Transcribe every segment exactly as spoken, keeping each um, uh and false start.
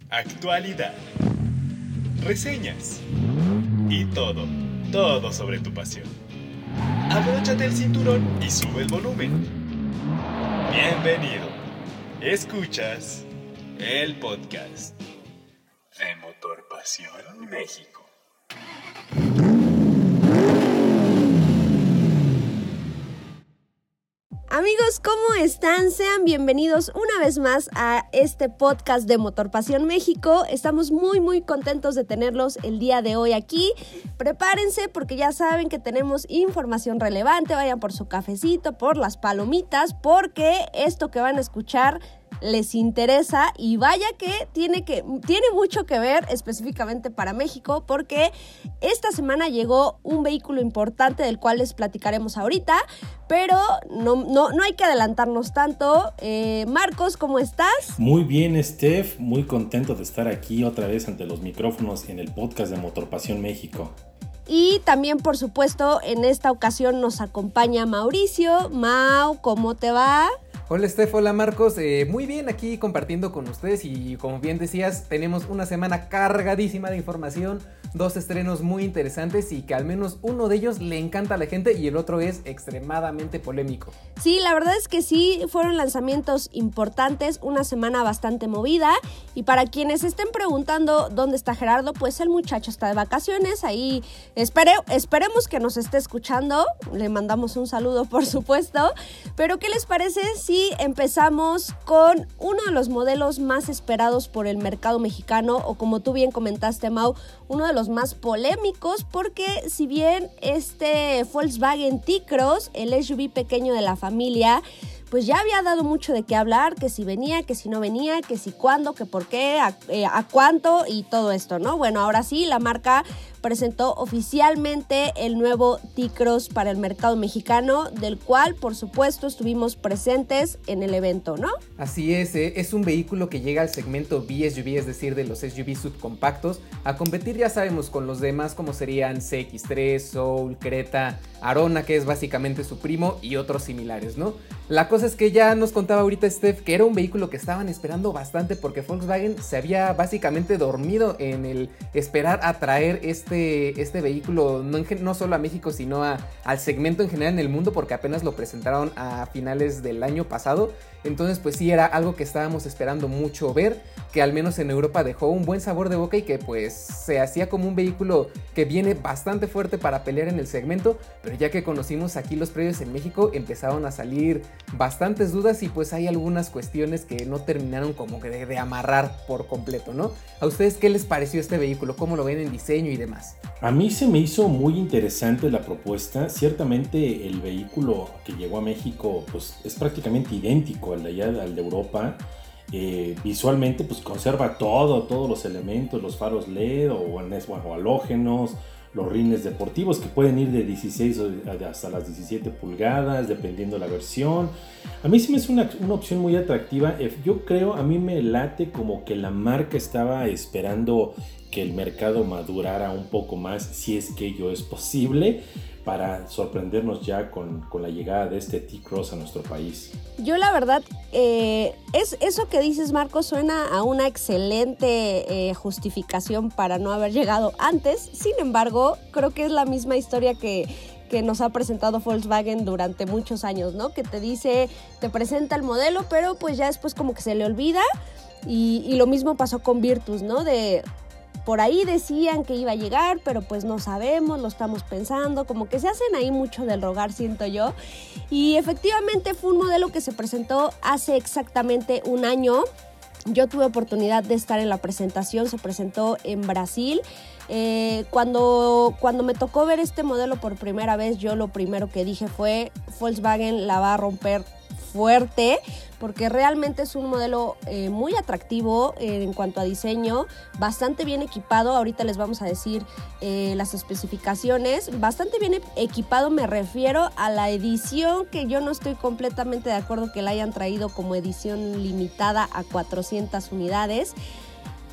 actualidad, reseñas y todo, todo sobre tu pasión. Abróchate el cinturón y sube el volumen. Bienvenido. Escuchas el podcast de Motor Pasión México. Amigos, ¿cómo están? Sean bienvenidos una vez más a este podcast de Motor Pasión México. Estamos muy muy contentos de tenerlos el día de hoy aquí. Prepárense porque ya saben que tenemos información relevante. Vayan por su cafecito, por las palomitas, porque esto que van a escuchar les interesa y vaya que tiene, que tiene mucho que ver específicamente para México, porque esta semana llegó un vehículo importante del cual les platicaremos ahorita, pero no, no, no hay que adelantarnos tanto. Eh, Marcos, ¿cómo estás? Muy bien, Steph, muy contento de estar aquí otra vez ante los micrófonos en el podcast de Motor Pasión México. Y también, por supuesto, en esta ocasión nos acompaña Mauricio. Mau, ¿cómo te va? Hola Steph, hola Marcos, eh, muy bien aquí compartiendo con ustedes y como bien decías, tenemos una semana cargadísima de información, dos estrenos muy interesantes y que al menos uno de ellos le encanta a la gente y el otro es extremadamente polémico. Sí, la verdad es que sí, fueron lanzamientos importantes, una semana bastante movida y para quienes estén preguntando dónde está Gerardo, pues el muchacho está de vacaciones, ahí espere, esperemos que nos esté escuchando, le mandamos un saludo por supuesto, pero ¿qué les parece si empezamos con uno de los modelos más esperados por el mercado mexicano, o como tú bien comentaste, Mau, uno de los más polémicos, porque si bien este Volkswagen T-Cross, el S U V pequeño de la familia, pues ya había dado mucho de qué hablar, que si venía, que si no venía, que si cuándo, que por qué, a, eh, a cuánto y todo esto, ¿no? Bueno, ahora sí, la marca presentó oficialmente el nuevo T-Cross para el mercado mexicano, del cual, por supuesto, estuvimos presentes en el evento, ¿no? Así es, eh, es un vehículo que llega al segmento B S U V, es decir, de los S U V subcompactos, a competir, ya sabemos, con los demás como serían C X tres, Soul, Creta, Arona, que es básicamente su primo, y otros similares, ¿no? La cosa es que ya nos contaba ahorita Steph que era un vehículo que estaban esperando bastante porque Volkswagen se había básicamente dormido en el esperar a traer este, este vehículo no, en, no solo a México sino a, al segmento en general en el mundo, porque apenas lo presentaron a finales del año pasado. Entonces pues sí, era algo que estábamos esperando mucho ver, que al menos en Europa dejó un buen sabor de boca y que pues se hacía como un vehículo que viene bastante fuerte para pelear en el segmento, pero ya que conocimos aquí los precios en México empezaron a salir bastantes dudas y pues hay algunas cuestiones que no terminaron como que de, de amarrar por completo, ¿no? ¿A ustedes qué les pareció este vehículo? ¿Cómo lo ven en diseño y demás? A mí se me hizo muy interesante la propuesta. Ciertamente el vehículo que llegó a México pues es prácticamente idéntico al de allá, al de Europa. Eh, visualmente pues conserva todo, todos los elementos, los faros L E D o, o halógenos, los rines deportivos que pueden ir de dieciséis hasta las diecisiete pulgadas dependiendo de la versión. A mí sí me es una, una opción muy atractiva. Yo creo, a mí me late como que la marca estaba esperando que el mercado madurara un poco más, si es que ello es posible, para sorprendernos ya con, con la llegada de este T-Cross a nuestro país. Yo la verdad, eh, es, eso que dices, Marco, suena a una excelente eh, justificación para no haber llegado antes. Sin embargo, creo que es la misma historia que, que nos ha presentado Volkswagen durante muchos años, ¿no? Que te dice, te presenta el modelo, pero pues ya después como que se le olvida. Y, y lo mismo pasó con Virtus, ¿no? De... Por ahí decían que iba a llegar, pero pues no sabemos, lo estamos pensando, como que se hacen ahí mucho del rogar, siento yo. Y efectivamente fue un modelo que se presentó hace exactamente un año. Yo tuve oportunidad de estar en la presentación, se presentó en Brasil. Eh, cuando, cuando me tocó ver este modelo por primera vez, yo lo primero que dije fue, Volkswagen la va a romper fuerte, porque realmente es un modelo eh, muy atractivo eh, en cuanto a diseño, bastante bien equipado. Ahorita les vamos a decir eh, las especificaciones. Bastante bien equipado, me refiero a la edición, que yo no estoy completamente de acuerdo que la hayan traído como edición limitada a cuatrocientas unidades.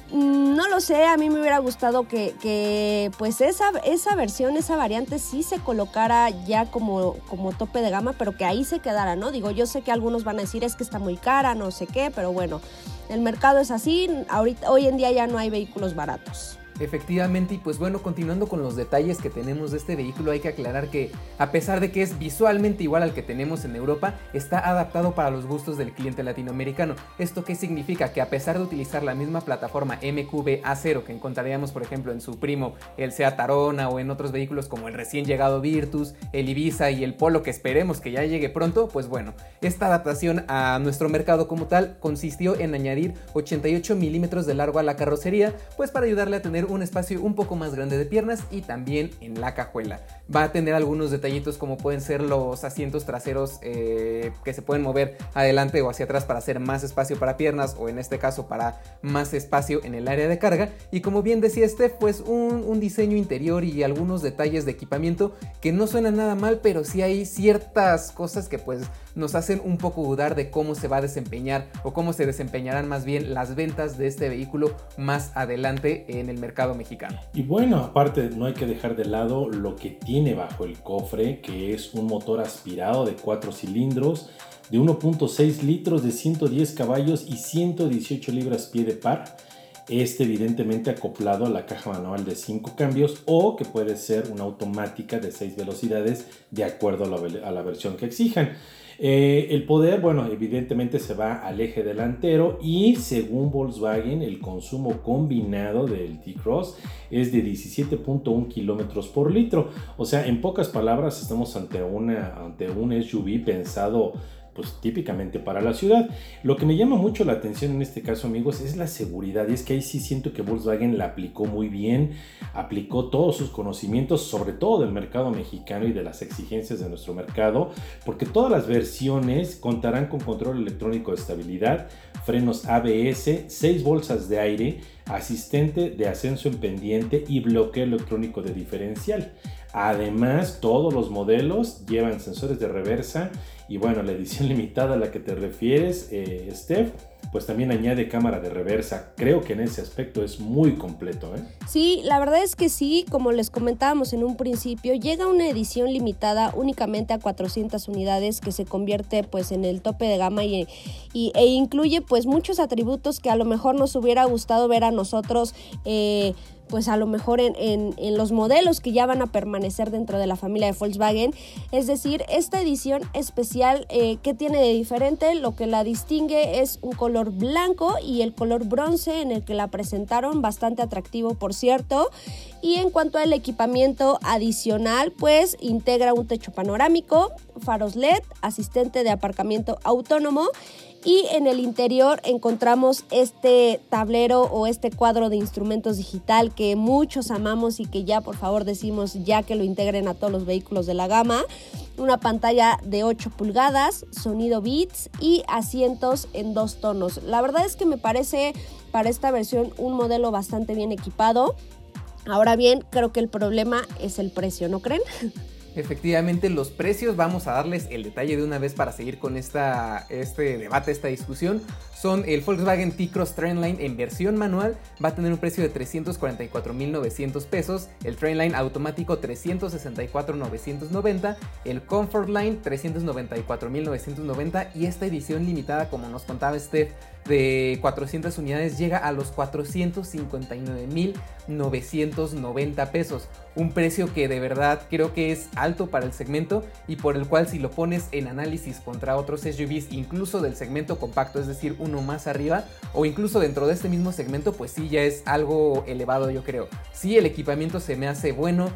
No lo sé, a mí me hubiera gustado que, que pues esa, esa versión, esa variante sí se colocara ya como, como tope de gama, pero que ahí se quedara, ¿no? Digo, yo sé que algunos van a decir es que está muy cara, no sé qué, pero bueno, el mercado es así, ahorita, hoy en día ya no hay vehículos baratos. Efectivamente, y pues bueno, continuando con los detalles que tenemos de este vehículo, hay que aclarar que a pesar de que es visualmente igual al que tenemos en Europa, está adaptado para los gustos del cliente latinoamericano. ¿Esto qué significa? Que a pesar de utilizar la misma plataforma M Q B A cero que encontraríamos por ejemplo en su primo el Seat Arona o en otros vehículos como el recién llegado Virtus, el Ibiza y el Polo, que esperemos que ya llegue pronto, pues bueno, esta adaptación a nuestro mercado como tal consistió en añadir ochenta y ocho milímetros de largo a la carrocería, pues para ayudarle a tener un espacio un poco más grande de piernas y también en la cajuela. Va a tener algunos detallitos como pueden ser los asientos traseros eh, que se pueden mover adelante o hacia atrás para hacer más espacio para piernas, o en este caso para más espacio en el área de carga. Y como bien decía Steph, pues un, un diseño interior y algunos detalles de equipamiento que no suenan nada mal, pero sí hay ciertas cosas que pues nos hacen un poco dudar de cómo se va a desempeñar o cómo se desempeñarán más bien las ventas de este vehículo más adelante en el mercado mexicano. Y bueno, aparte no hay que dejar de lado lo que tiene bajo el cofre, que es un motor aspirado de cuatro cilindros de uno punto seis litros de ciento diez caballos y ciento dieciocho libras-pie de par. Este evidentemente acoplado a la caja manual de cinco cambios, o que puede ser una automática de seis velocidades de acuerdo a la, a la versión que exijan. Eh, el poder, bueno, evidentemente se va al eje delantero, y según Volkswagen el consumo combinado del T-Cross es de diecisiete punto uno kilómetros por litro. O sea, en pocas palabras estamos ante, una, ante un S U V pensado pues típicamente para la ciudad. Lo que me llama mucho la atención en este caso, amigos, es la seguridad, y es que ahí sí siento que Volkswagen la aplicó muy bien, aplicó todos sus conocimientos, sobre todo del mercado mexicano y de las exigencias de nuestro mercado, porque todas las versiones contarán con control electrónico de estabilidad, frenos A B S, seis bolsas de aire, asistente de ascenso en pendiente y bloqueo electrónico de diferencial. Además, todos los modelos llevan sensores de reversa, y bueno, la edición limitada a la que te refieres, eh, Steph, pues también añade cámara de reversa. Creo que en ese aspecto es muy completo, ¿eh? Sí, la verdad es que sí, como les comentábamos en un principio, llega una edición limitada únicamente a cuatrocientas unidades, que se convierte pues en el tope de gama y, y, e incluye pues muchos atributos que a lo mejor nos hubiera gustado ver a nosotros, eh, pues a lo mejor en, en, en los modelos que ya van a permanecer dentro de la familia de Volkswagen. Es decir, esta edición especial, eh, ¿qué tiene de diferente? Lo que la distingue es un color blanco y el color bronce en el que la presentaron, bastante atractivo por cierto. Y en cuanto al equipamiento adicional, pues integra un techo panorámico, faros L E D, asistente de aparcamiento autónomo, y en el interior encontramos este tablero o este cuadro de instrumentos digital que muchos amamos y que ya por favor decimos ya que lo integren a todos los vehículos de la gama. Una pantalla de ocho pulgadas, sonido Beats y asientos en dos tonos. La verdad es que me parece para esta versión un modelo bastante bien equipado. Ahora bien, creo que el problema es el precio, ¿no creen? Efectivamente, los precios, vamos a darles el detalle de una vez para seguir con esta, este debate, esta discusión. Son el Volkswagen T-Cross Trendline en versión manual, va a tener un precio de trescientos cuarenta y cuatro mil novecientos pesos, el Trendline automático trescientos sesenta y cuatro mil novecientos noventa, el Comfortline trescientos noventa y cuatro mil novecientos noventa, y esta edición limitada, como nos contaba Steph, de cuatrocientas unidades llega a los cuatrocientos cincuenta y nueve mil novecientos noventa pesos, un precio que de verdad creo que es alto para el segmento y por el cual si lo pones en análisis contra otros S U Vs, incluso del segmento compacto, es decir, uno más arriba o incluso dentro de este mismo segmento, pues sí ya es algo elevado, yo creo. Sí, el equipamiento se me hace bueno.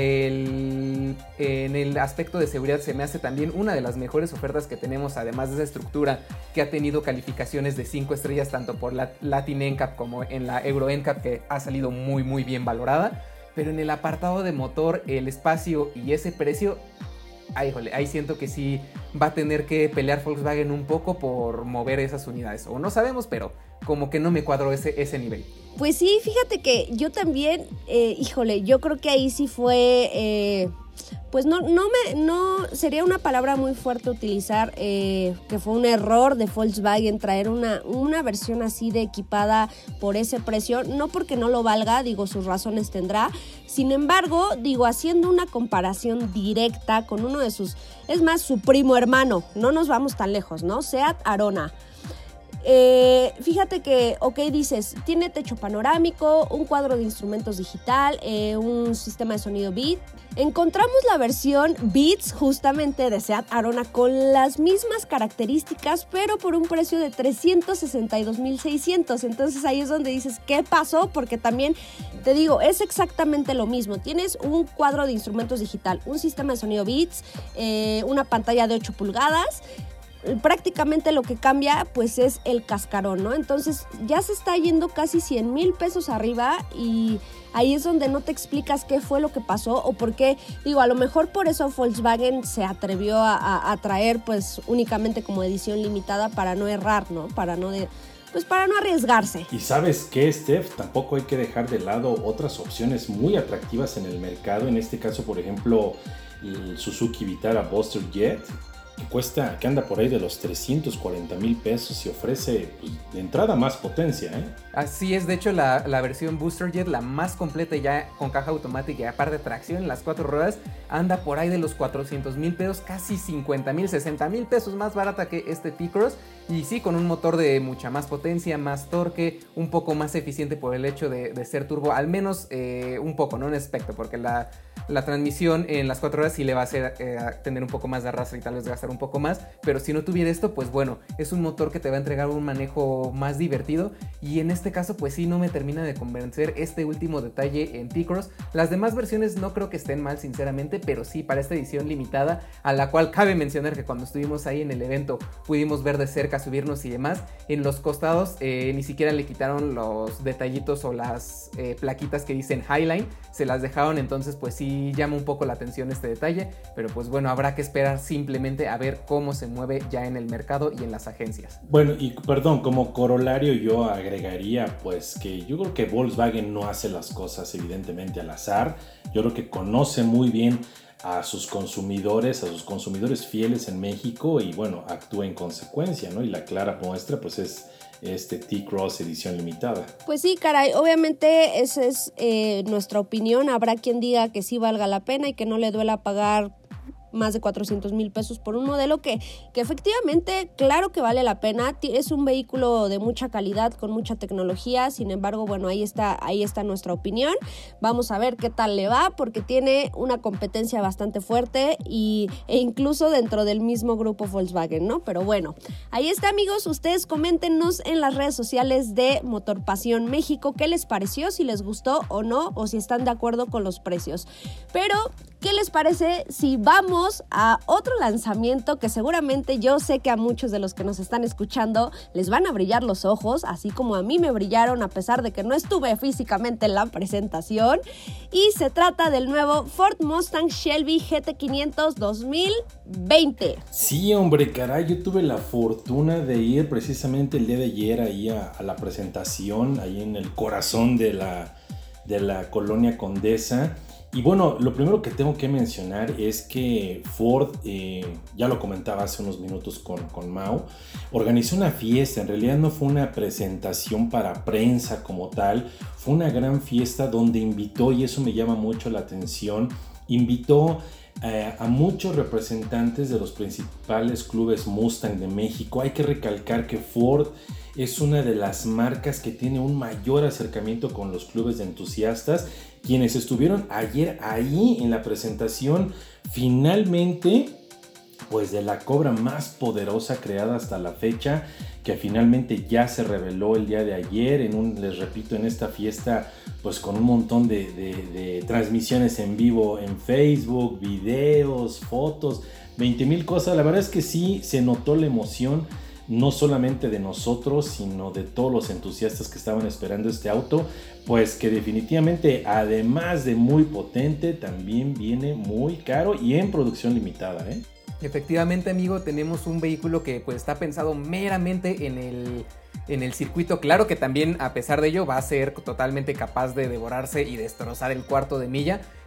El, en el aspecto de seguridad se me hace también una de las mejores ofertas que tenemos, además de esa estructura que ha tenido calificaciones de cinco estrellas tanto por la Latin N C A P como en la Euro N C A P, que ha salido muy muy bien valorada. Pero en el apartado de motor, el espacio y ese precio, ay, jole, ahí siento que sí va a tener que pelear Volkswagen un poco por mover esas unidades, o no sabemos, pero como que no me cuadró ese, ese nivel. Pues sí, fíjate que yo también, eh, híjole, yo creo que ahí sí fue, eh, pues no, no me, no, sería una palabra muy fuerte utilizar, eh, que fue un error de Volkswagen traer una, una versión así de equipada por ese precio, no porque no lo valga, digo, sus razones tendrá, sin embargo, digo, haciendo una comparación directa con uno de sus, es más, su primo hermano, no nos vamos tan lejos, ¿no? Seat Arona. Eh, fíjate que, ok, dices, tiene techo panorámico, un cuadro de instrumentos digital, eh, un sistema de sonido Beat. Encontramos la versión Beats justamente de Seat Arona con las mismas características, pero por un precio de trescientos sesenta y dos mil seiscientos. Entonces ahí es donde dices, ¿qué pasó? Porque también, te digo, es exactamente lo mismo. Tienes un cuadro de instrumentos digital, un sistema de sonido Beats, eh, una pantalla de ocho pulgadas. Prácticamente lo que cambia pues es el cascarón, ¿no? Entonces ya se está yendo casi cien mil pesos arriba y ahí es donde no te explicas qué fue lo que pasó o por qué. Digo, a lo mejor por eso Volkswagen se atrevió a, a, a traer pues únicamente como edición limitada para no errar, ¿no? Para no de, pues para no arriesgarse. Y ¿sabes qué, Steph? Tampoco hay que dejar de lado otras opciones muy atractivas en el mercado. En este caso, por ejemplo, el Suzuki Vitara Buster Jet, que cuesta, que anda por ahí de los trescientos cuarenta mil pesos y ofrece pues, de entrada más potencia, ¿eh? Así es, de hecho la, la versión Booster Jet, la más completa ya con caja automática y aparte de tracción en las cuatro ruedas, anda por ahí de los cuatrocientos mil pesos, casi cincuenta mil, sesenta mil pesos más barata que este T-Cross. Y sí, con un motor de mucha más potencia, más torque, un poco más eficiente por el hecho de, de ser turbo, al menos eh, un poco, no en aspecto, porque la, la transmisión en las cuatro horas sí le va a hacer eh, tener un poco más de arrastre y tal vez gastar un poco más, pero si no tuviera esto, pues bueno, es un motor que te va a entregar un manejo más divertido y en este caso pues sí no me termina de convencer este último detalle en T-Cross. Las demás versiones no creo que estén mal sinceramente, pero sí para esta edición limitada, a la cual cabe mencionar que cuando estuvimos ahí en el evento pudimos ver de cerca, subirnos y demás, en los costados eh, ni siquiera le quitaron los detallitos o las eh, plaquitas que dicen Highline, se las dejaron, entonces pues sí llama un poco la atención este detalle, pero pues bueno, habrá que esperar simplemente a ver cómo se mueve ya en el mercado y en las agencias. Bueno, y perdón, como corolario yo agregaría pues que yo creo que Volkswagen no hace las cosas evidentemente al azar, yo creo que conoce muy bien a sus consumidores, a sus consumidores fieles en México y bueno, actúa en consecuencia, ¿no? Y la clara muestra pues es este T-Cross edición limitada. Pues sí, caray, obviamente esa es eh, nuestra opinión, habrá quien diga que sí valga la pena y que no le duela pagar más de cuatrocientos mil pesos por un modelo que, que efectivamente, claro que vale la pena, es un vehículo de mucha calidad, con mucha tecnología, sin embargo, bueno, ahí está, ahí está nuestra opinión, vamos a ver qué tal le va, porque tiene una competencia bastante fuerte y, e incluso dentro del mismo grupo Volkswagen, ¿no? Pero bueno, ahí está, amigos, ustedes coméntenos en las redes sociales de Motor Pasión México qué les pareció, si les gustó o no, o si están de acuerdo con los precios, pero ¿qué les parece si vamos a otro lanzamiento que seguramente yo sé que a muchos de los que nos están escuchando les van a brillar los ojos, así como a mí me brillaron a pesar de que no estuve físicamente en la presentación? Y se trata del nuevo Ford Mustang Shelby G T quinientos dos mil veinte. Sí, hombre, caray, yo tuve la fortuna de ir precisamente el día de ayer ahí a, a la presentación, ahí en el corazón de la, de la colonia Condesa. Y bueno, lo primero que tengo que mencionar es que Ford, eh, ya lo comentaba hace unos minutos con, con Mau, organizó una fiesta. En realidad no fue una presentación para prensa como tal, fue una gran fiesta donde invitó, y eso me llama mucho la atención, invitó eh, a muchos representantes de los principales clubes Mustang de México. Hay que recalcar que Ford es una de las marcas que tiene un mayor acercamiento con los clubes de entusiastas. Quienes estuvieron ayer ahí en la presentación, finalmente, pues de la cobra más poderosa creada hasta la fecha, que finalmente ya se reveló el día de ayer, en un, les repito, en esta fiesta, pues con un montón de, de, de transmisiones en vivo en Facebook, videos, fotos, veinte mil cosas. La verdad es que sí se notó la emoción, no solamente de nosotros, sino de todos los entusiastas que estaban esperando este auto, pues que definitivamente, además de muy potente, también viene muy caro y en producción limitada, ¿eh? Efectivamente, amigo, tenemos un vehículo que pues está pensado meramente en el, en el circuito. Claro que también, a pesar de ello, va a ser totalmente capaz de devorarse y destrozar el cuarto de milla,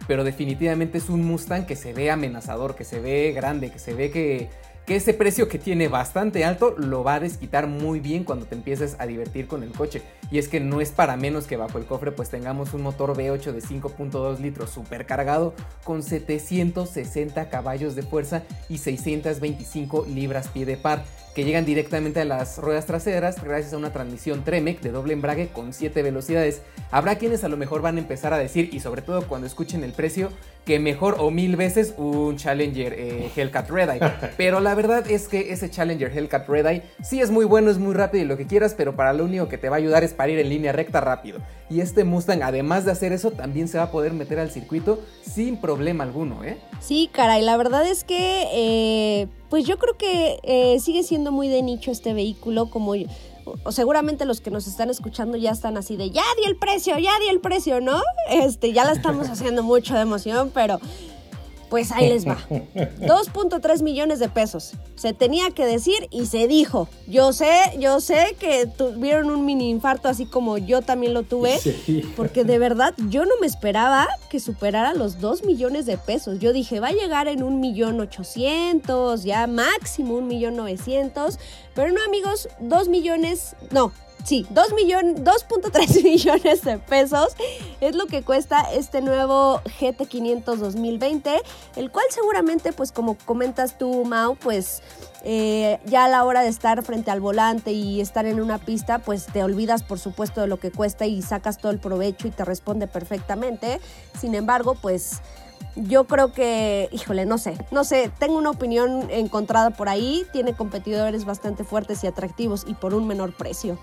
pero definitivamente es un Mustang que se ve amenazador, que se ve grande, que se ve que... que ese precio que tiene bastante alto lo va a desquitar muy bien cuando te empieces a divertir con el coche. Y es que no es para menos que bajo el cofre pues tengamos un motor V ocho de cinco punto dos litros supercargado con setecientos sesenta caballos de fuerza y seiscientas veinticinco libras-pie de par, que llegan directamente a las ruedas traseras gracias a una transmisión Tremec de doble embrague con siete velocidades. Habrá quienes a lo mejor van a empezar a decir, y sobre todo cuando escuchen el precio, que mejor o mil veces un Challenger eh, Hellcat Redeye. Pero la verdad es que ese Challenger Hellcat Redeye sí es muy bueno, es muy rápido y lo que quieras, pero para lo único que te va a ayudar es para ir en línea recta rápido. Y este Mustang, además de hacer eso, también se va a poder meter al circuito sin problema alguno, ¿eh? Sí, caray, la verdad es que eh, pues yo creo que eh, sigue siendo muy de nicho este vehículo, como... o seguramente los que nos están escuchando ya están así de ya di el precio, ya di el precio, ¿no? Este, ya la estamos haciendo mucho de emoción, pero pues ahí les va. dos punto tres millones de pesos. Se tenía que decir y se dijo. Yo sé, yo sé que tuvieron un mini infarto así como yo también lo tuve, sí. Porque de verdad yo no me esperaba que superara los dos millones de pesos. Yo dije, va a llegar en un millón ochocientos, ya máximo un millón novecientos, pero no, amigos, dos millones, no. Sí, dos punto tres millones de pesos es lo que cuesta este nuevo G T quinientos dos mil veinte, el cual seguramente, pues como comentas tú, Mau, pues eh, ya a la hora de estar frente al volante y estar en una pista, pues te olvidas por supuesto de lo que cuesta y sacas todo el provecho y te responde perfectamente. Sin embargo, pues... yo creo que, híjole, no sé, no sé, tengo una opinión encontrada por ahí, tiene competidores bastante fuertes y atractivos y por un menor precio.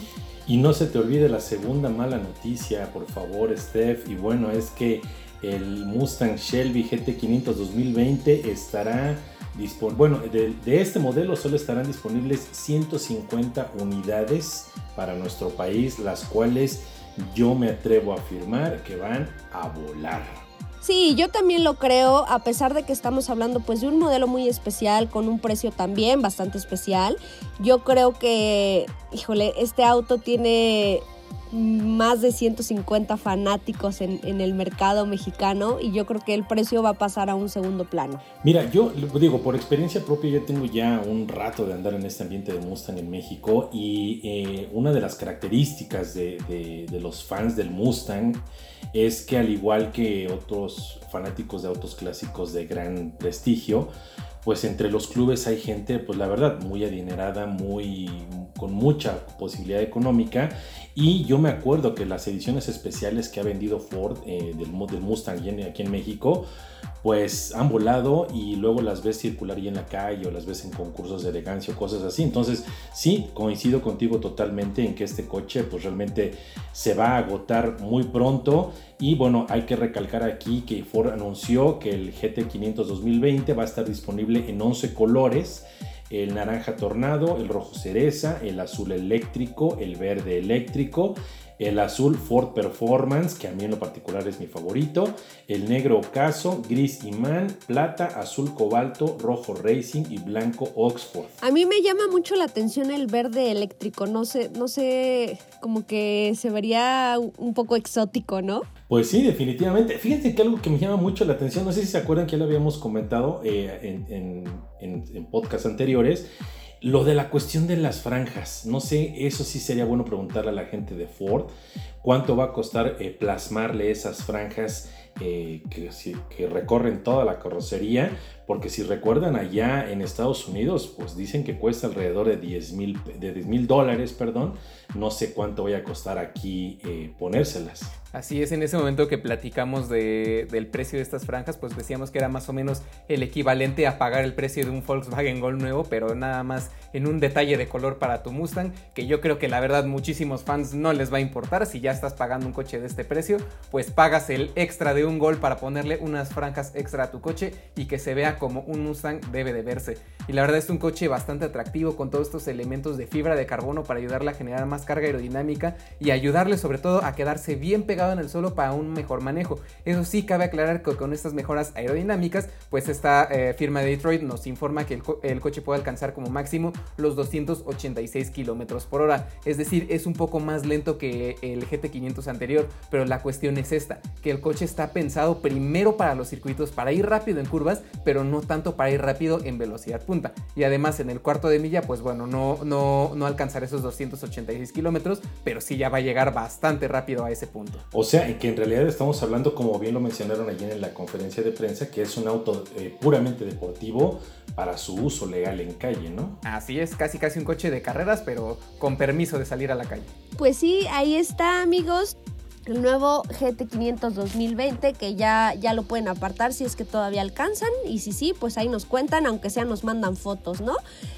Y no se te olvide la segunda mala noticia, por favor, Steph, y bueno, es que el Mustang Shelby G T quinientos dos mil veinte estará disponible, bueno, de, de este modelo solo estarán disponibles ciento cincuenta unidades para nuestro país, las cuales yo me atrevo a afirmar que van a volar. Sí, yo también lo creo, a pesar de que estamos hablando pues de un modelo muy especial, con un precio también bastante especial. Yo creo que, híjole, este auto tiene más de ciento cincuenta fanáticos en, en el mercado mexicano y yo creo que el precio va a pasar a un segundo plano. Mira, yo digo, por experiencia propia, yo tengo ya un rato de andar en este ambiente de Mustang en México y eh, una de las características de, de, de los fans del Mustang es que, al igual que otros fanáticos de autos clásicos de gran prestigio, pues entre los clubes hay gente, pues la verdad, muy adinerada, muy, con mucha posibilidad económica. Y yo me acuerdo que las ediciones especiales que ha vendido Ford eh, del, del Mustang aquí en México, pues han volado y luego las ves circular ahí en la calle o las ves en concursos de elegancia o cosas así. Entonces sí, coincido contigo totalmente en que este coche pues realmente se va a agotar muy pronto. Y bueno, hay que recalcar aquí que Ford anunció que el G T quinientos dos mil veinte va a estar disponible en once colores: el naranja tornado, el rojo cereza, el azul eléctrico, el verde eléctrico, el azul Ford Performance, que a mí en lo particular es mi favorito, el negro ocaso, gris imán, plata, azul cobalto, rojo racing y blanco Oxford. A mí me llama mucho la atención el verde eléctrico, no sé, no sé, como que se vería un poco exótico, ¿no? Pues sí, definitivamente. Fíjense que algo que me llama mucho la atención, no sé si se acuerdan que ya lo habíamos comentado eh, en, en, en, en podcasts anteriores, lo de la cuestión de las franjas. No sé, eso sí sería bueno preguntarle a la gente de Ford cuánto va a costar eh, plasmarle esas franjas eh, que, que recorren toda la carrocería, porque si recuerdan, allá en Estados Unidos pues dicen que cuesta alrededor de diez mil dólares, perdón. No sé cuánto vaya a costar aquí eh, ponérselas. Así es, en ese momento que platicamos de, del precio de estas franjas, pues decíamos que era más o menos el equivalente a pagar el precio de un Volkswagen Gol nuevo, pero nada más en un detalle de color para tu Mustang, que yo creo que la verdad muchísimos fans no les va a importar. Si ya estás pagando un coche de este precio, pues pagas el extra de un Gol para ponerle unas franjas extra a tu coche y que se vea como un Mustang debe de verse. Y la verdad es un coche bastante atractivo con todos estos elementos de fibra de carbono para ayudarle a generar más carga aerodinámica y ayudarle sobre todo a quedarse bien pegado en el suelo para un mejor manejo. Eso sí, cabe aclarar que con estas mejoras aerodinámicas, pues esta eh, firma de Detroit nos informa que el, co- el coche puede alcanzar como máximo los doscientos ochenta y seis kilómetros por hora, es decir, es un poco más lento que el G T quinientos anterior, pero la cuestión es esta, que el coche está está pensado primero para los circuitos, para ir rápido en curvas, pero no tanto para ir rápido en velocidad punta. Y además en el cuarto de milla, pues bueno, no, no, no alcanzará esos doscientos ochenta y seis kilómetros, pero sí ya va a llegar bastante rápido a ese punto. O sea, que en realidad estamos hablando, como bien lo mencionaron allí en la conferencia de prensa, que es un auto eh, puramente deportivo para su uso legal en calle, ¿no? Así es, casi casi un coche de carreras, pero con permiso de salir a la calle. Pues sí, ahí está, amigos. El nuevo G T quinientos dos mil veinte, que ya, ya lo pueden apartar si es que todavía alcanzan. Y si sí, pues ahí nos cuentan, aunque sea nos mandan fotos, ¿no?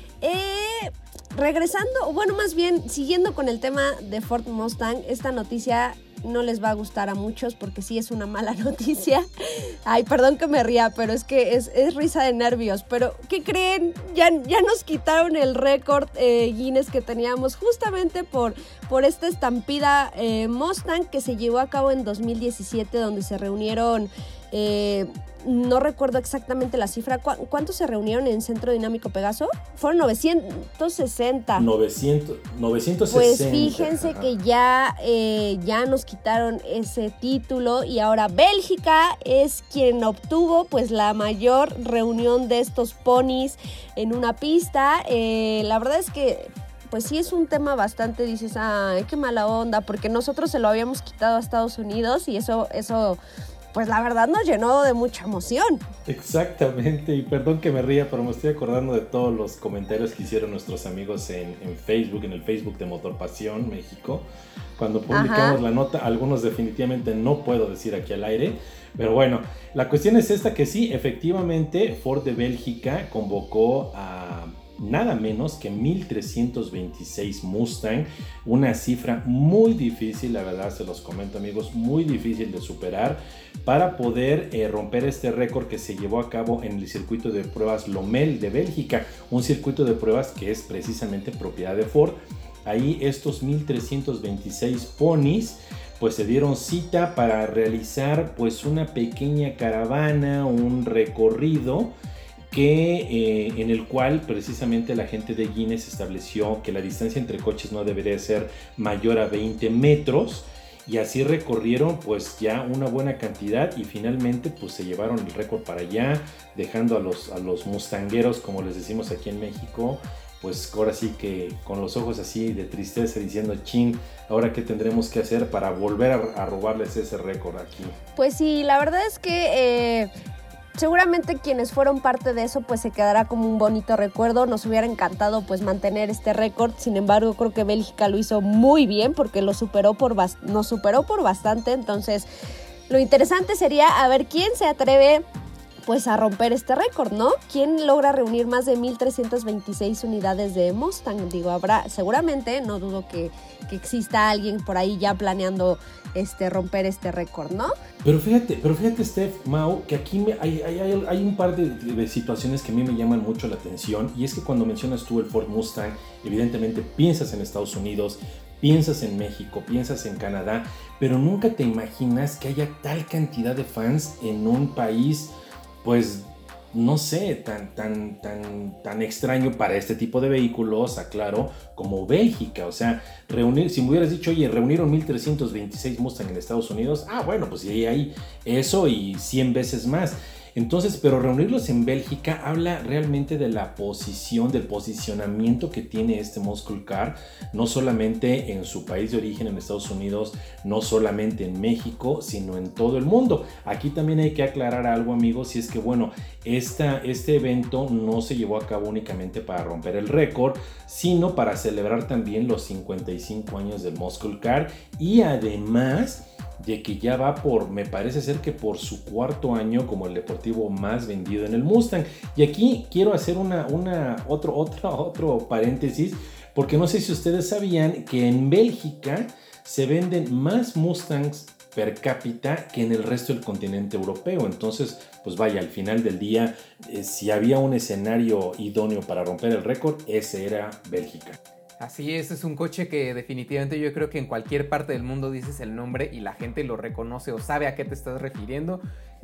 Eh, regresando, bueno, más bien siguiendo con el tema de Ford Mustang, esta noticia no les va a gustar a muchos porque sí es una mala noticia. Ay, perdón que me ría, pero es que es, es risa de nervios. Pero, ¿qué creen? Ya, ya nos quitaron el récord eh, Guinness que teníamos justamente por, por esta estampida eh, Mustang que se llevó a cabo en dos mil diecisiete, donde se reunieron... Eh, no recuerdo exactamente la cifra. ¿Cu- ¿Cuántos se reunieron en Centro Dinámico Pegaso? Fueron novecientos sesenta. novecientos, novecientos Pues sesenta. fíjense Ajá. que ya, eh, ya nos quitaron ese título y ahora Bélgica es quien obtuvo pues la mayor reunión de estos ponis en una pista. Eh, la verdad es que pues sí es un tema bastante, dices, ay, qué mala onda, porque nosotros se lo habíamos quitado a Estados Unidos y eso, eso pues la verdad nos llenó de mucha emoción. Exactamente, y perdón que me ría, pero me estoy acordando de todos los comentarios que hicieron nuestros amigos en, en Facebook, en el Facebook de Motor Pasión México, cuando publicamos Ajá. la nota. Algunos definitivamente no puedo decir aquí al aire, pero bueno, la cuestión es esta, que sí, efectivamente Ford de Bélgica convocó a nada menos que mil trescientos veintiséis Mustang, una cifra muy difícil, la verdad se los comento, amigos, muy difícil de superar para poder eh, romper este récord que se llevó a cabo en el circuito de pruebas Lommel de Bélgica, un circuito de pruebas que es precisamente propiedad de Ford. Ahí estos mil trescientos veintiséis ponis pues se dieron cita para realizar pues una pequeña caravana, un recorrido que, eh, en el cual precisamente la gente de Guinness estableció que la distancia entre coches no debería ser mayor a veinte metros, y así recorrieron pues ya una buena cantidad y finalmente pues se llevaron el récord para allá, dejando a los, a los mustangueros, como les decimos aquí en México, pues ahora sí que con los ojos así de tristeza, diciendo, chin, ahora qué tendremos que hacer para volver a, a robarles ese récord aquí. Pues sí, la verdad es que eh... seguramente quienes fueron parte de eso pues se quedará como un bonito recuerdo. Nos hubiera encantado pues mantener este récord, sin embargo creo que Bélgica lo hizo muy bien porque lo superó por bast- nos superó por bastante. Entonces lo interesante sería a ver quién se atreve pues a romper este récord, ¿no? ¿Quién logra reunir más de mil trescientas veintiséis unidades de Mustang? Digo, habrá, seguramente, no dudo que, que exista alguien por ahí ya planeando este, romper este récord, ¿no? Pero fíjate, pero fíjate, Steph, Mau, que aquí me, hay, hay, hay, hay un par de, de situaciones que a mí me llaman mucho la atención, y es que cuando mencionas tú el Ford Mustang, evidentemente piensas en Estados Unidos, piensas en México, piensas en Canadá, pero nunca te imaginas que haya tal cantidad de fans en un país, pues, no sé, tan, tan, tan, tan extraño para este tipo de vehículos, aclaro, como Bélgica. O sea, reunir, si me hubieras dicho, oye, reunieron mil trescientos veintiséis Mustang en Estados Unidos, ah, bueno, pues ahí hay eso y cien veces más. Entonces, pero reunirlos en Bélgica habla realmente de la posición, del posicionamiento que tiene este Muscle Car, no solamente en su país de origen, en Estados Unidos, no solamente en México, sino en todo el mundo. Aquí también hay que aclarar algo, amigos, y es que, bueno, esta, este evento no se llevó a cabo únicamente para romper el récord, sino para celebrar también los cincuenta y cinco años del Muscle Car, y además de que ya va por, me parece ser que por su cuarto año como el deportivo más vendido en el Mustang. Y aquí quiero hacer una, una, otro, otro, otro paréntesis, porque no sé si ustedes sabían que en Bélgica se venden más Mustangs per cápita que en el resto del continente europeo. Entonces, pues vaya, al final del día, eh, si había un escenario idóneo para romper el récord, ese era Bélgica. Así es, es un coche que definitivamente yo creo que en cualquier parte del mundo dices el nombre y la gente lo reconoce o sabe a qué te estás refiriendo.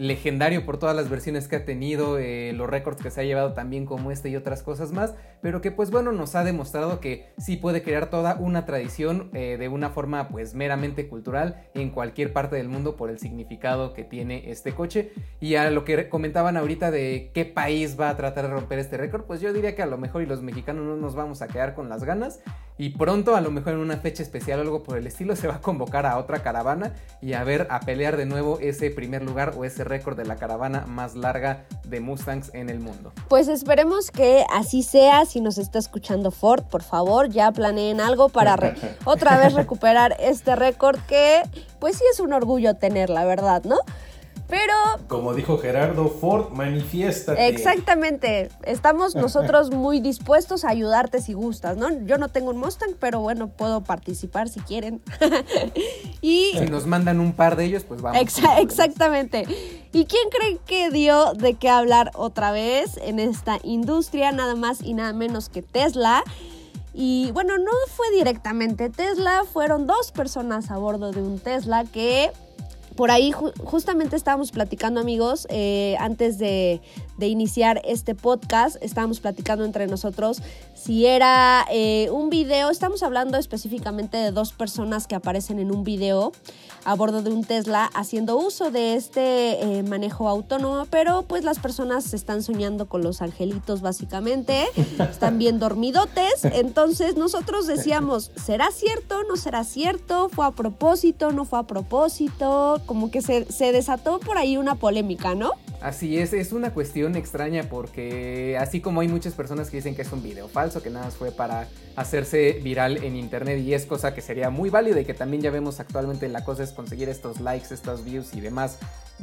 legendario por todas las versiones que ha tenido, eh, los récords que se ha llevado también como este y otras cosas más, pero que pues bueno, nos ha demostrado que sí puede crear toda una tradición eh, de una forma pues meramente cultural en cualquier parte del mundo por el significado que tiene este coche. Y a lo que comentaban ahorita de qué país va a tratar de romper este récord, pues yo diría que a lo mejor y los mexicanos no nos vamos a quedar con las ganas, y pronto a lo mejor en una fecha especial o algo por el estilo se va a convocar a otra caravana y a ver, a pelear de nuevo ese primer lugar o ese récord de la caravana más larga de Mustangs en el mundo. Pues esperemos que así sea. Si nos está escuchando Ford, por favor, ya planeen algo para re- otra vez recuperar este récord, que pues sí es un orgullo tener, la verdad, ¿no? Pero... como dijo Gerardo, Ford, manifiéstate. Exactamente. Estamos nosotros muy dispuestos a ayudarte si gustas, ¿no? Yo no tengo un Mustang, pero bueno, puedo participar si quieren. Y... si nos mandan un par de ellos, pues vamos. Exa- exactamente. ¿Y quién cree que dio de qué hablar otra vez en esta industria? Nada más y nada menos que Tesla. Y bueno, no fue directamente Tesla, fueron dos personas a bordo de un Tesla que... por ahí ju- justamente estábamos platicando, amigos, eh, antes de, de iniciar este podcast, estábamos platicando entre nosotros si era eh, un video. Estamos hablando específicamente de dos personas que aparecen en un video a bordo de un Tesla haciendo uso de este eh, manejo autónomo, pero pues las personas se están soñando con los angelitos básicamente, están bien dormidotes. Entonces nosotros decíamos, ¿será cierto? ¿No será cierto? ¿Fue a propósito? ¿No fue a propósito? Como que se, se desató por ahí una polémica, ¿no? Así es, es una cuestión extraña porque así como hay muchas personas que dicen que es un video falso, que nada más fue para hacerse viral en internet, y es cosa que sería muy válida y que también ya vemos actualmente, la cosa es conseguir estos likes, estos views y demás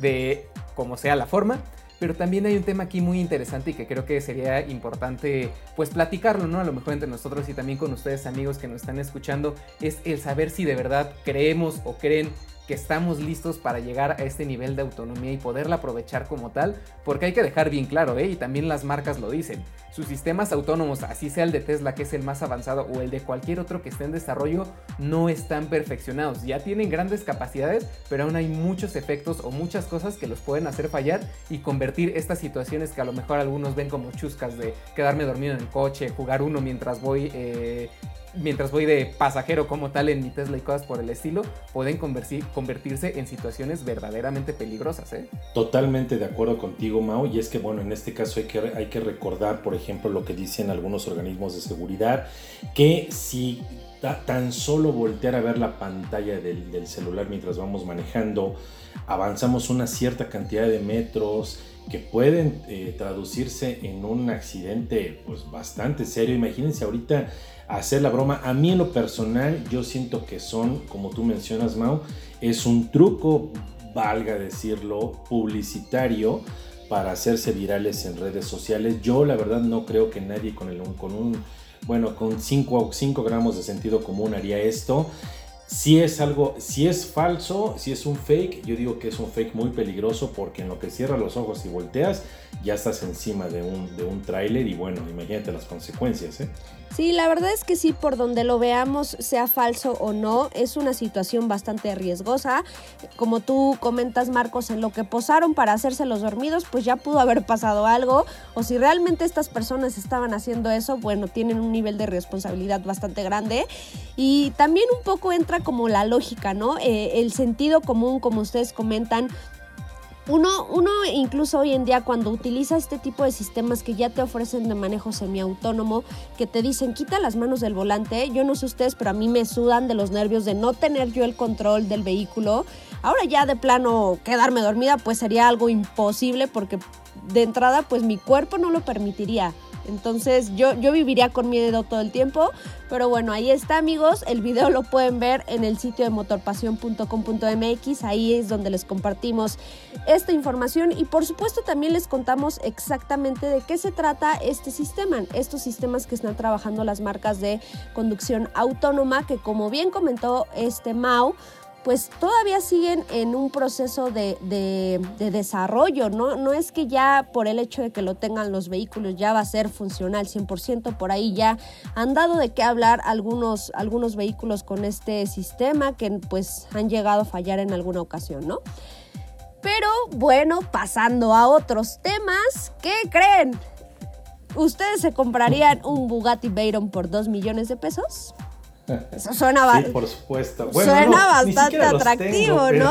de como sea la forma. Pero también hay un tema aquí muy interesante y que creo que sería importante pues platicarlo, ¿no? A lo mejor entre nosotros y también con ustedes, amigos que nos están escuchando, es el saber si de verdad creemos o creen que estamos listos para llegar a este nivel de autonomía y poderla aprovechar como tal, porque hay que dejar bien claro, ¿eh? Y también las marcas lo dicen, sus sistemas autónomos, así sea el de Tesla, que es el más avanzado, o el de cualquier otro que esté en desarrollo, no están perfeccionados. Ya tienen grandes capacidades, pero aún hay muchos efectos o muchas cosas que los pueden hacer fallar y convertir estas situaciones que a lo mejor algunos ven como chuscas de quedarme dormido en el coche, jugar uno mientras voy... Eh, mientras voy de pasajero como tal en mi Tesla y cosas por el estilo, pueden convertir, convertirse en situaciones verdaderamente peligrosas, ¿eh? Totalmente de acuerdo contigo, Mau, y es que bueno, en este caso hay que, hay que recordar, por ejemplo, lo que dicen algunos organismos de seguridad, que si ta, tan solo voltear a ver la pantalla del, del celular mientras vamos manejando, avanzamos una cierta cantidad de metros que pueden eh, traducirse en un accidente pues bastante serio. Imagínense ahorita hacer la broma. A mí en lo personal yo siento que son, como tú mencionas, Mau, es un truco, valga decirlo, publicitario para hacerse virales en redes sociales. Yo la verdad no creo que nadie con, el, con un, bueno, con cinco gramos de sentido común haría esto. Si es algo, si es falso, si es un fake, yo digo que es un fake muy peligroso, porque en lo que cierras los ojos y volteas, ya estás encima de un, de un tráiler y bueno, imagínate las consecuencias, ¿eh? Sí, la verdad es que sí, por donde lo veamos, sea falso o no, es una situación bastante riesgosa. Como tú comentas, Marcos, en lo que posaron para hacerse los dormidos, pues ya pudo haber pasado algo. O si realmente estas personas estaban haciendo eso, bueno, tienen un nivel de responsabilidad bastante grande. Y también un poco entra como la lógica, ¿no? Eh, el sentido común, como ustedes comentan. Uno, uno incluso hoy en día cuando utiliza este tipo de sistemas que ya te ofrecen de manejo semiautónomo, que te dicen quita las manos del volante, yo no sé ustedes, pero a mí me sudan de los nervios de no tener yo el control del vehículo. Ahora ya de plano quedarme dormida pues sería algo imposible, porque de entrada pues mi cuerpo no lo permitiría. Entonces yo, yo viviría con miedo todo el tiempo. Pero bueno, ahí está, amigos. El video lo pueden ver en el sitio de motorpasión punto com punto m x. Ahí es donde les compartimos esta información. Y por supuesto también les contamos exactamente de qué se trata este sistema. Estos sistemas que están trabajando las marcas de conducción autónoma, que como bien comentó este Mau, pues todavía siguen en un proceso de, de, de desarrollo, ¿no? No es que ya por el hecho de que lo tengan los vehículos ya va a ser funcional cien por ciento. Por ahí ya han dado de qué hablar algunos, algunos vehículos con este sistema que pues han llegado a fallar en alguna ocasión, ¿no? Pero bueno, pasando a otros temas, ¿qué creen? ¿Ustedes se comprarían un Bugatti Veyron por dos millones de pesos? Eso suena, ba- Sí, por supuesto. Bueno, suena no, ni bastante siquiera los atractivo, tengo, pero- ¿no?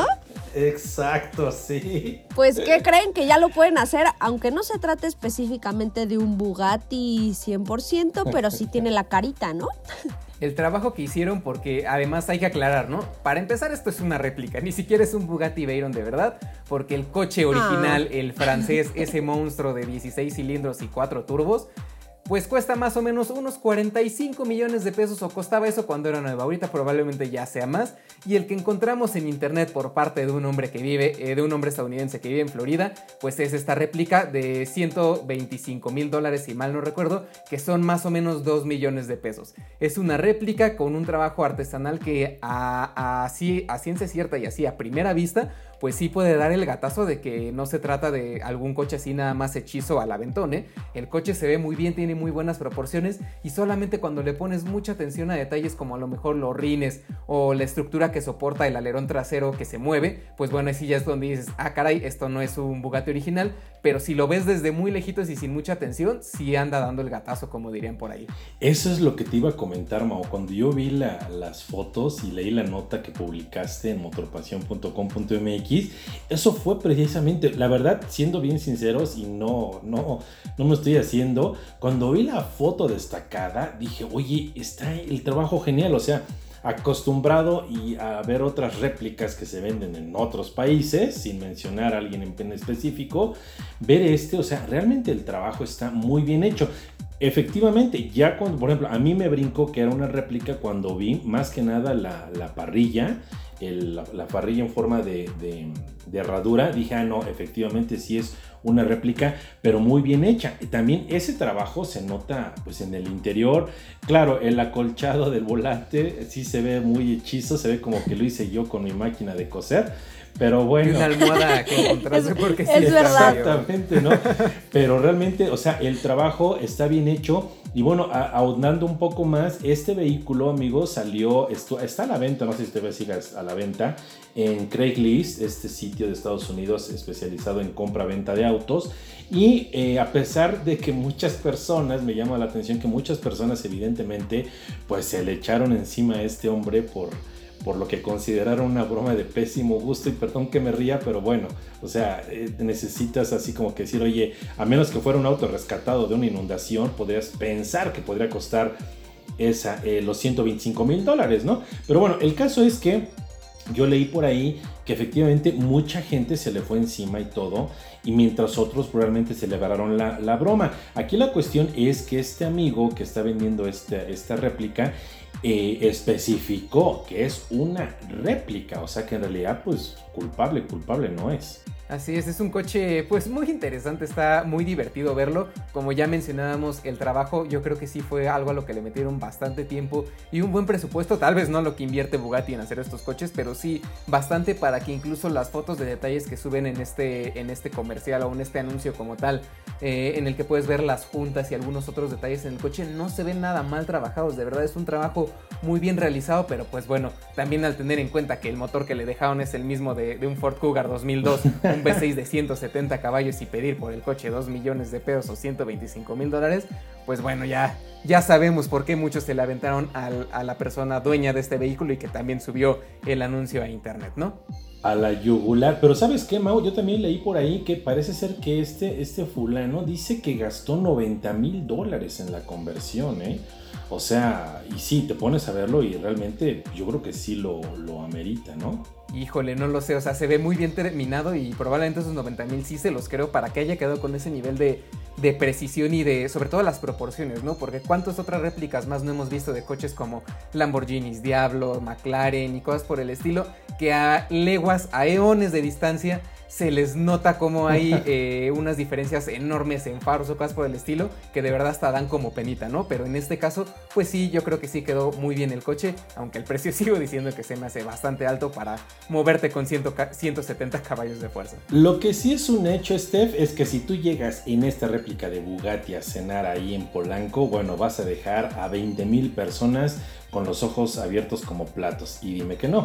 Exacto, sí. Pues, ¿qué creen? Que ya lo pueden hacer, aunque no se trate específicamente de un Bugatti cien por ciento, pero sí tiene la carita, ¿no? El trabajo que hicieron, porque además hay que aclarar, ¿no? Para empezar, esto es una réplica, ni siquiera es un Bugatti Veyron de verdad, porque el coche original, Ah. el francés, ese monstruo de dieciséis cilindros y cuatro turbos, pues cuesta más o menos unos cuarenta y cinco millones de pesos, o costaba eso cuando era nueva. Ahorita probablemente ya sea más. Y el que encontramos en internet por parte de un hombre que vive, eh, de un hombre estadounidense que vive en Florida, pues es esta réplica de ciento veinticinco mil dólares, si mal no recuerdo, que son más o menos dos millones de pesos. Es una réplica con un trabajo artesanal que a, a, así, a ciencia cierta y así a primera vista, pues sí puede dar el gatazo de que no se trata de algún coche así nada más hechizo al aventón, ¿eh? El coche se ve muy bien, tiene muy buenas proporciones, y solamente cuando le pones mucha atención a detalles como a lo mejor los rines o la estructura que soporta el alerón trasero que se mueve, pues bueno, así ya es donde dices, ah caray, esto no es un Bugatti original, pero si lo ves desde muy lejitos y sin mucha atención, sí anda dando el gatazo, como dirían por ahí. Eso es lo que te iba a comentar, Mao. Cuando yo vi la, las fotos y leí la nota que publicaste en motorpasión punto com punto m x, eso fue precisamente, la verdad, siendo bien sinceros y no, no, no me estoy haciendo, cuando vi la foto destacada, dije, oye, está el trabajo genial, o sea, acostumbrado y a ver otras réplicas que se venden en otros países, sin mencionar a alguien en específico, ver este, o sea, realmente el trabajo está muy bien hecho. Efectivamente, ya cuando, por ejemplo, a mí me brincó que era una réplica cuando vi más que nada la, la parrilla, el, la, la parrilla en forma de, de, de herradura, dije, ah no, efectivamente sí es una réplica, pero muy bien hecha. Y también ese trabajo se nota pues en el interior. Claro, el acolchado del volante sí se ve muy hechizo, se ve como que lo hice yo con mi máquina de coser. Pero bueno. Y una almohada que encontraste porque sí es está verdad. feo. Exactamente, ¿no? Pero realmente, o sea, el trabajo está bien hecho. Y bueno, a, ahondando un poco más, este vehículo, amigos, salió, esto, está a la venta, no sé si te sigas a la venta, en Craigslist, este sitio de Estados Unidos especializado en compra-venta de autos. Y eh, a pesar de que muchas personas, me llama la atención que muchas personas evidentemente, pues se le echaron encima a este hombre por... por lo que consideraron una broma de pésimo gusto, y perdón que me ría, pero bueno, o sea, eh, necesitas así como que decir, oye, a menos que fuera un auto rescatado de una inundación, podrías pensar que podría costar esa, eh, los ciento veinticinco mil dólares, ¿no? Pero bueno, el caso es que yo leí por ahí que efectivamente mucha gente se le fue encima y todo, y mientras otros probablemente celebraron la, la broma. Aquí la cuestión es que este amigo que está vendiendo este, esta réplica eh, especificó que es una réplica, o sea que en realidad pues culpable, culpable no es. Así es, es un coche pues muy interesante, está muy divertido verlo. Como ya mencionábamos, el trabajo yo creo que sí fue algo a lo que le metieron bastante tiempo y un buen presupuesto, tal vez no lo que invierte Bugatti en hacer estos coches, pero sí bastante para que incluso las fotos de detalles que suben en este, en este comercial o en este anuncio como tal, eh, en el que puedes ver las juntas y algunos otros detalles en el coche, no se ven nada mal trabajados, de verdad es un trabajo muy bien realizado, pero pues bueno, también al tener en cuenta que el motor que le dejaron es el mismo de, de un Ford Cougar dos mil dos, un V seis de ciento setenta caballos, y pedir por el coche dos millones de pesos o ciento veinticinco mil dólares, pues bueno, ya, ya sabemos por qué muchos se le aventaron al, a la persona dueña de este vehículo y que también subió el anuncio a internet, ¿no? A la yugular. Pero ¿sabes qué, Mau? Yo también leí por ahí que parece ser que este, este fulano dice que gastó noventa mil dólares en la conversión, ¿eh? O sea, y sí, te pones a verlo y realmente yo creo que sí lo, lo amerita, ¿no? Híjole, no lo sé, o sea, se ve muy bien terminado y probablemente esos noventa mil sí se los creo para que haya quedado con ese nivel de, de precisión y de, sobre todo las proporciones, ¿no? Porque cuántas otras réplicas más no hemos visto de coches como Lamborghinis, Diablo, McLaren y cosas por el estilo, que a leguas, a eones de distancia se les nota como hay eh, unas diferencias enormes en faros o cosas por el estilo, que de verdad hasta dan como penita, ¿no? Pero en este caso, pues sí, yo creo que sí quedó muy bien el coche, aunque el precio sigo diciendo que se me hace bastante alto para moverte con ciento, ciento setenta caballos de fuerza. Lo que sí es un hecho, Steph, es que si tú llegas en esta réplica de Bugatti a cenar ahí en Polanco, bueno, vas a dejar a veinte mil personas con los ojos abiertos como platos, y dime que no.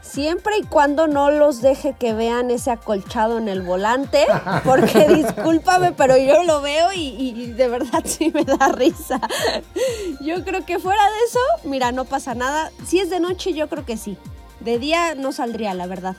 siempre y cuando no los deje que vean ese acolchado en el volante, porque discúlpame, pero yo lo veo y, y de verdad sí me da risa. Yo creo que fuera de eso, mira, no pasa nada. Si es de noche, yo creo que sí. De día no saldría, la verdad.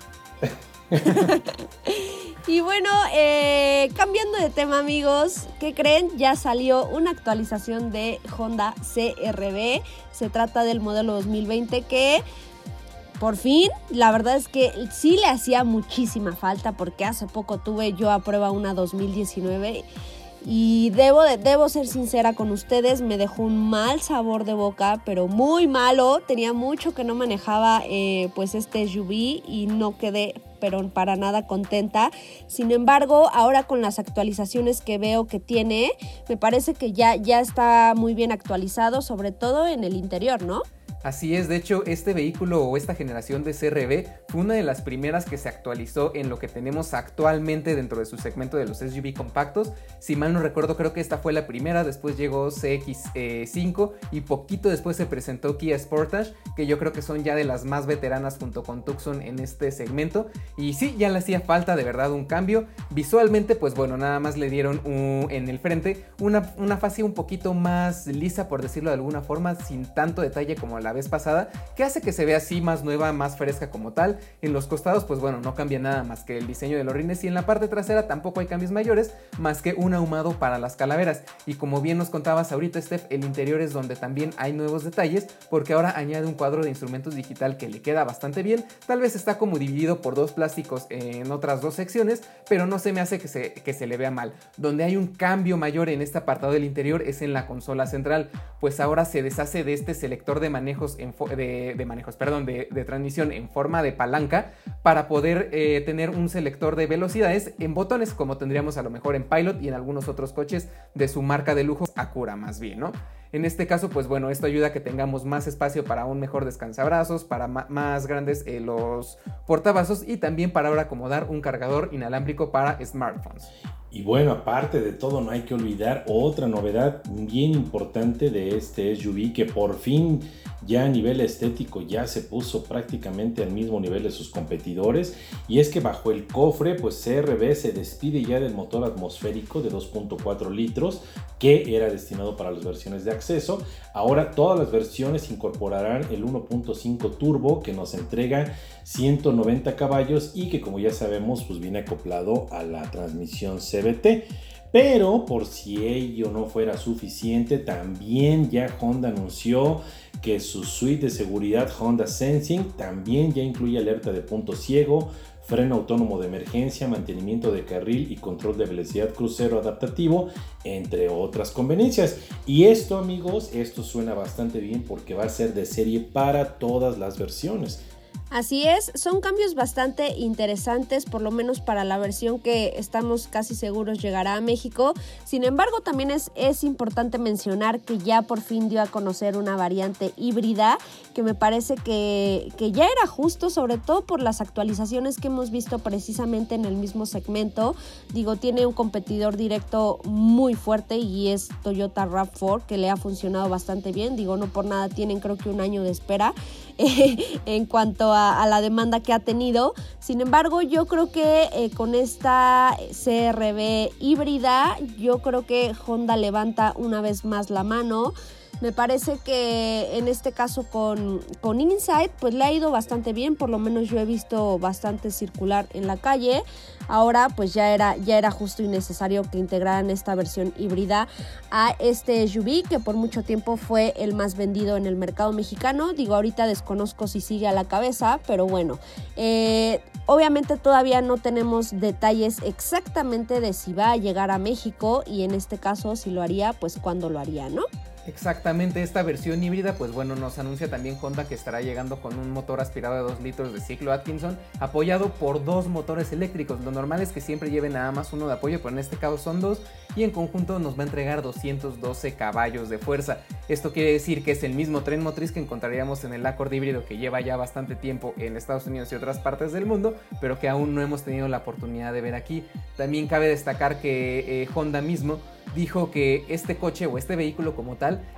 Y bueno, eh, cambiando de tema, amigos, ¿qué creen? Ya salió una actualización de Honda C R V. Se trata del modelo dos mil veinte que, por fin, la verdad es que sí le hacía muchísima falta, porque hace poco tuve yo a prueba una dos mil diecinueve y debo, de, debo ser sincera con ustedes, me dejó un mal sabor de boca, pero muy malo. Tenía mucho que no manejaba eh, pues este S U V y no quedé pero para nada contenta. Sin embargo, ahora con las actualizaciones que veo que tiene, me parece que ya, ya está muy bien actualizado, sobre todo en el interior, ¿no? Así es, de hecho, este vehículo o esta generación de C R V fue una de las primeras que se actualizó en lo que tenemos actualmente dentro de su segmento de los S U V compactos. Si mal no recuerdo, creo que esta fue la primera, después llegó C X cinco y poquito después se presentó Kia Sportage, que yo creo que son ya de las más veteranas junto con Tucson en este segmento. Y sí, ya le hacía falta de verdad un cambio. Visualmente, pues bueno, nada más le dieron un, en el frente una, una fase un poquito más lisa, por decirlo de alguna forma, sin tanto detalle como la vez pasada, que hace que se vea así más nueva, más fresca como tal. En los costados, pues bueno, no cambia nada más que el diseño de los rines, y en la parte trasera tampoco hay cambios mayores, más que un ahumado para las calaveras. Y como bien nos contabas ahorita, Steph, el interior es donde también hay nuevos detalles, porque ahora añade un cuadro de instrumentos digital que le queda bastante bien. Tal vez está como dividido por dos plásticos en otras dos secciones, pero no se me hace que se, que se le vea mal. Donde hay un cambio mayor en este apartado del interior es en la consola central, pues ahora se deshace de este selector de manejos en de, de manejos, perdón, de, de transmisión en forma de palanca, para poder eh, tener un selector de velocidades en botones, como tendríamos a lo mejor en Pilot y en algunos otros coches de su marca de lujo, Acura más bien, ¿no? En este caso, pues bueno, esto ayuda a que tengamos más espacio para un mejor descansabrazos, para ma- más grandes eh, los portavasos, y también para ahora acomodar un cargador inalámbrico para smartphones. Y bueno, aparte de todo, no hay que olvidar otra novedad bien importante de este S U V, que por fin ya a nivel estético ya se puso prácticamente al mismo nivel de sus competidores, y es que bajo el cofre, pues C R V se despide ya del motor atmosférico de dos punto cuatro litros que era destinado para las versiones de acceso. Ahora todas las versiones incorporarán el uno punto cinco turbo, que nos entrega ciento noventa caballos y que, como ya sabemos, pues viene acoplado a la transmisión C V T. Pero por si ello no fuera suficiente, también ya Honda anunció que su suite de seguridad Honda Sensing también ya incluye alerta de punto ciego, freno autónomo de emergencia, mantenimiento de carril y control de velocidad crucero adaptativo, entre otras conveniencias. Y esto, amigos, esto suena bastante bien, porque va a ser de serie para todas las versiones. Así es, son cambios bastante interesantes, por lo menos para la versión que estamos casi seguros llegará a México. Sin embargo, también es, es importante mencionar que ya por fin dio a conocer una variante híbrida, que me parece que, que ya era justo, sobre todo por las actualizaciones que hemos visto precisamente en el mismo segmento. Digo, tiene un competidor directo muy fuerte y es Toyota RAV cuatro, que le ha funcionado bastante bien. Digo, no por nada tienen creo que un año de espera eh, en cuanto a, a la demanda que ha tenido. Sin embargo, yo creo que eh, con esta C R V híbrida, yo creo que Honda levanta una vez más la mano. Me parece que en este caso con, con Insight pues le ha ido bastante bien, por lo menos yo he visto bastante circular en la calle. Ahora pues ya era, ya era justo y necesario que integraran esta versión híbrida a este S U V, que por mucho tiempo fue el más vendido en el mercado mexicano. Digo, ahorita desconozco si sigue a la cabeza, pero bueno, eh, obviamente todavía no tenemos detalles exactamente de si va a llegar a México, y en este caso si lo haría, pues cuándo lo haría, ¿no? Exactamente, esta versión híbrida, pues bueno, nos anuncia también Honda que estará llegando con un motor aspirado de dos litros de ciclo Atkinson, apoyado por dos motores eléctricos. Lo normal es que siempre lleven nada más uno de apoyo, pero en este caso son dos, y en conjunto nos va a entregar doscientos doce caballos de fuerza. Esto quiere decir que es el mismo tren motriz que encontraríamos en el Accord híbrido, que lleva ya bastante tiempo en Estados Unidos y otras partes del mundo, pero que aún no hemos tenido la oportunidad de ver aquí. También cabe destacar que eh, Honda mismo dijo que este coche o este vehículo como tal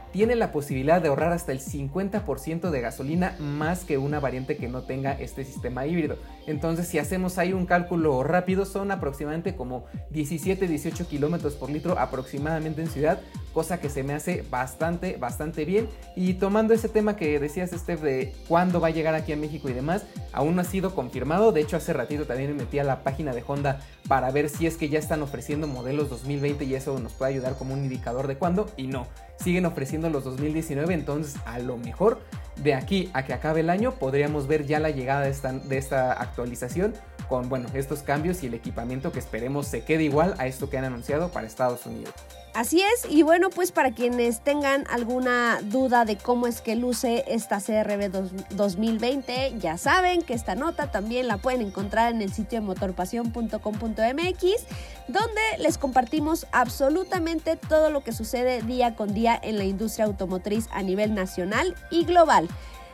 tiene la posibilidad de ahorrar hasta el cincuenta por ciento de gasolina más que una variante que no tenga este sistema híbrido. Entonces, si hacemos ahí un cálculo rápido, son aproximadamente como diecisiete a dieciocho kilómetros por litro aproximadamente en ciudad, cosa que se me hace bastante, bastante bien. Y tomando ese tema que decías, Steph, de cuándo va a llegar aquí a México y demás, aún no ha sido confirmado. De hecho, hace ratito también me metí a la página de Honda para ver si es que ya están ofreciendo modelos dos mil veinte y eso nos puede ayudar como un indicador de cuándo, y no, siguen ofreciendo los dos mil diecinueve. Entonces, a lo mejor de aquí a que acabe el año podríamos ver ya la llegada de esta, de esta actualización con, bueno, estos cambios y el equipamiento que esperemos se quede igual a esto que han anunciado para Estados Unidos. Así es, y bueno, pues para quienes tengan alguna duda de cómo es que luce esta C R V dos mil veinte, ya saben que esta nota también la pueden encontrar en el sitio de motorpasión punto com punto m x, donde les compartimos absolutamente todo lo que sucede día con día en la industria automotriz a nivel nacional y global.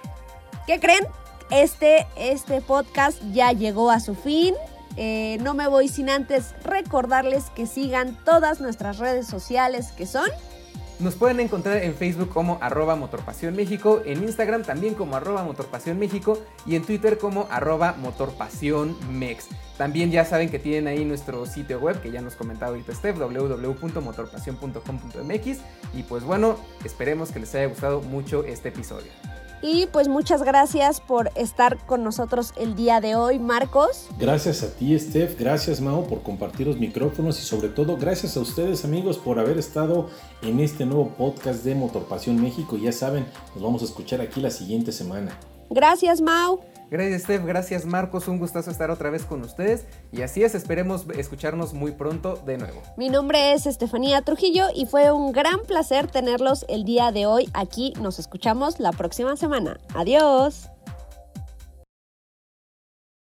¿Qué creen? Este, este podcast ya llegó a su fin. Eh, no me voy sin antes recordarles que sigan todas nuestras redes sociales, que son... Nos pueden encontrar en Facebook como arroba Motorpasión México, en Instagram también como arroba Motorpasión México y en Twitter como arroba Motorpasión Mex. También ya saben que tienen ahí nuestro sitio web que ya nos comentaba ahorita Steph, doble u doble u doble u punto motorpasión punto com punto m x, y pues bueno, esperemos que les haya gustado mucho este episodio. Y pues muchas gracias por estar con nosotros el día de hoy, Marcos. Gracias a ti, Steph, gracias, Mao, por compartir los micrófonos y sobre todo gracias a ustedes, amigos, por haber estado en este nuevo podcast de Motorpasión México. Ya saben, nos vamos a escuchar aquí la siguiente semana. Gracias, Mau. Gracias, Steph, gracias, Marcos, un gustazo estar otra vez con ustedes y así es, esperemos escucharnos muy pronto de nuevo. Mi nombre es Estefanía Trujillo y fue un gran placer tenerlos el día de hoy aquí. Nos escuchamos la próxima semana. Adiós.